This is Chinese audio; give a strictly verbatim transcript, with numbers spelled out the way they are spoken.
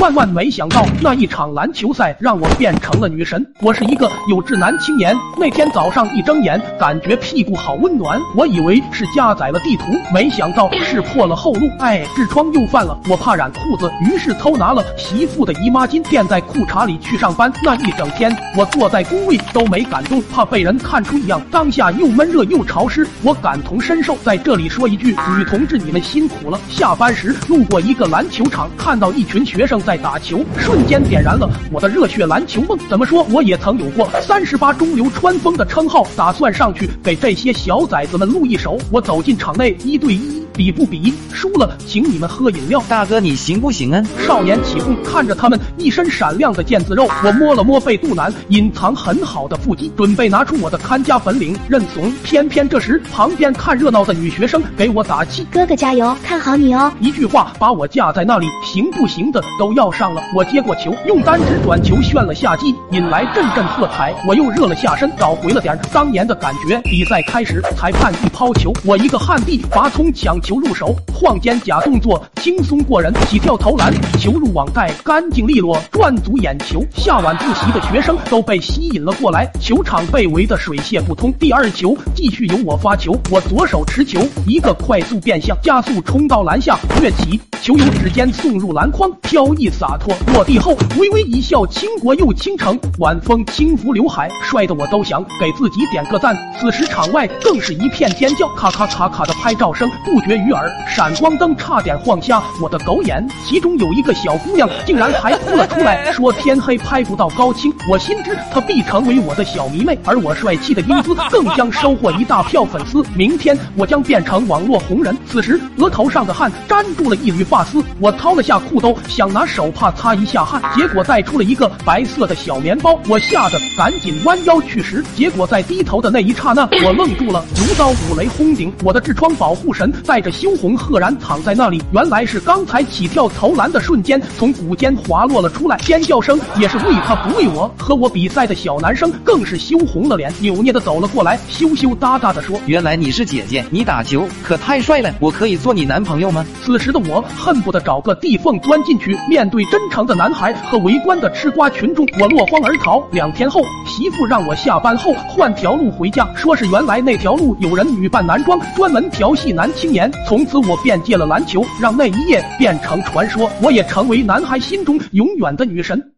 万万没想到，那一场篮球赛让我变成了女神。我是一个有志男青年，那天早上一睁眼，感觉屁股好温暖，我以为是加载了地图，没想到是破了后路。哎，痔疮又犯了，我怕染裤子，于是偷拿了媳妇的姨妈巾垫在裤衩里去上班。那一整天，我坐在工位都没敢动，怕被人看出异样。当下又闷热又潮湿，我感同身受。在这里说一句，女同志你们辛苦了。下班时路过一个篮球场，看到一群学生在打球，瞬间点燃了我的热血篮球梦。怎么说，我也曾有过三十八中流川枫的称号，打算上去给这些小崽子们录一手。我走进场内，一对一比不比？输了请你们喝饮料。 大哥你行不行啊？ 少年起哄，看着他们一身闪亮的腱子肉，我摸了摸被肚腩隐藏很好的腹肌，准备拿出我的看家本领认怂。偏偏这时旁边看热闹的女学生给我打气， 哥哥加油，看好你哦。 一句话把我架在那里，行不行的都要上了。我接过球，用单指转球旋了下击，引来阵阵喝彩。我又热了下身，找回了点当年的感觉。比赛开始，裁判一抛球，我一个旱地拔葱抢球入手，晃肩假动作轻松过人，起跳投篮，球入网袋，干净利落，赚足眼球。下晚自习的学生都被吸引了过来，球场被围得水泄不通。第二球继续由我发球，我左手持球，一个快速变向，加速冲到篮下，跃起，球由指尖送入篮筐，飘逸洒脱，落地后微微一笑，倾国又倾城，晚风轻拂刘海，帅得我都想给自己点个赞。此时场外更是一片尖叫，咔咔咔咔的拍照声不绝于耳，闪光灯差点晃瞎我的狗眼。其中有一个小姑娘竟然还哭了出来，说天黑拍不到高清。我心知她必成为我的小迷妹，而我帅气的英姿更将收获一大票粉丝。明天我将变成网络红人。此时额头上的汗粘住了一缕发丝，我掏了下裤兜，想拿手帕擦一下汗，结果带出了一个白色的小棉包。我吓得赶紧弯腰去拾，结果在低头的那一刹那，我愣住了，如遭五雷轰顶。我的痔疮保护神带着羞红赫然躺在那里，原来是刚才起跳投篮的瞬间从骨间滑落了出来。尖叫声也是为他不为我，和我比赛的小男生更是羞红了脸，扭捏的走了过来，羞羞答答的说， 原来你是姐姐，你打球可太帅了，我可以做你男朋友吗？ 此时的我恨不得找个地缝钻进去。面对真诚的男孩和围观的吃瓜群众，我落荒而逃。两天后，媳妇让我下班后换条路回家，说是原来那条路有人女扮男装，专门调戏男青年。从此我便戒了篮球，让那一夜变成传说，我也成为男孩心中永远的女神。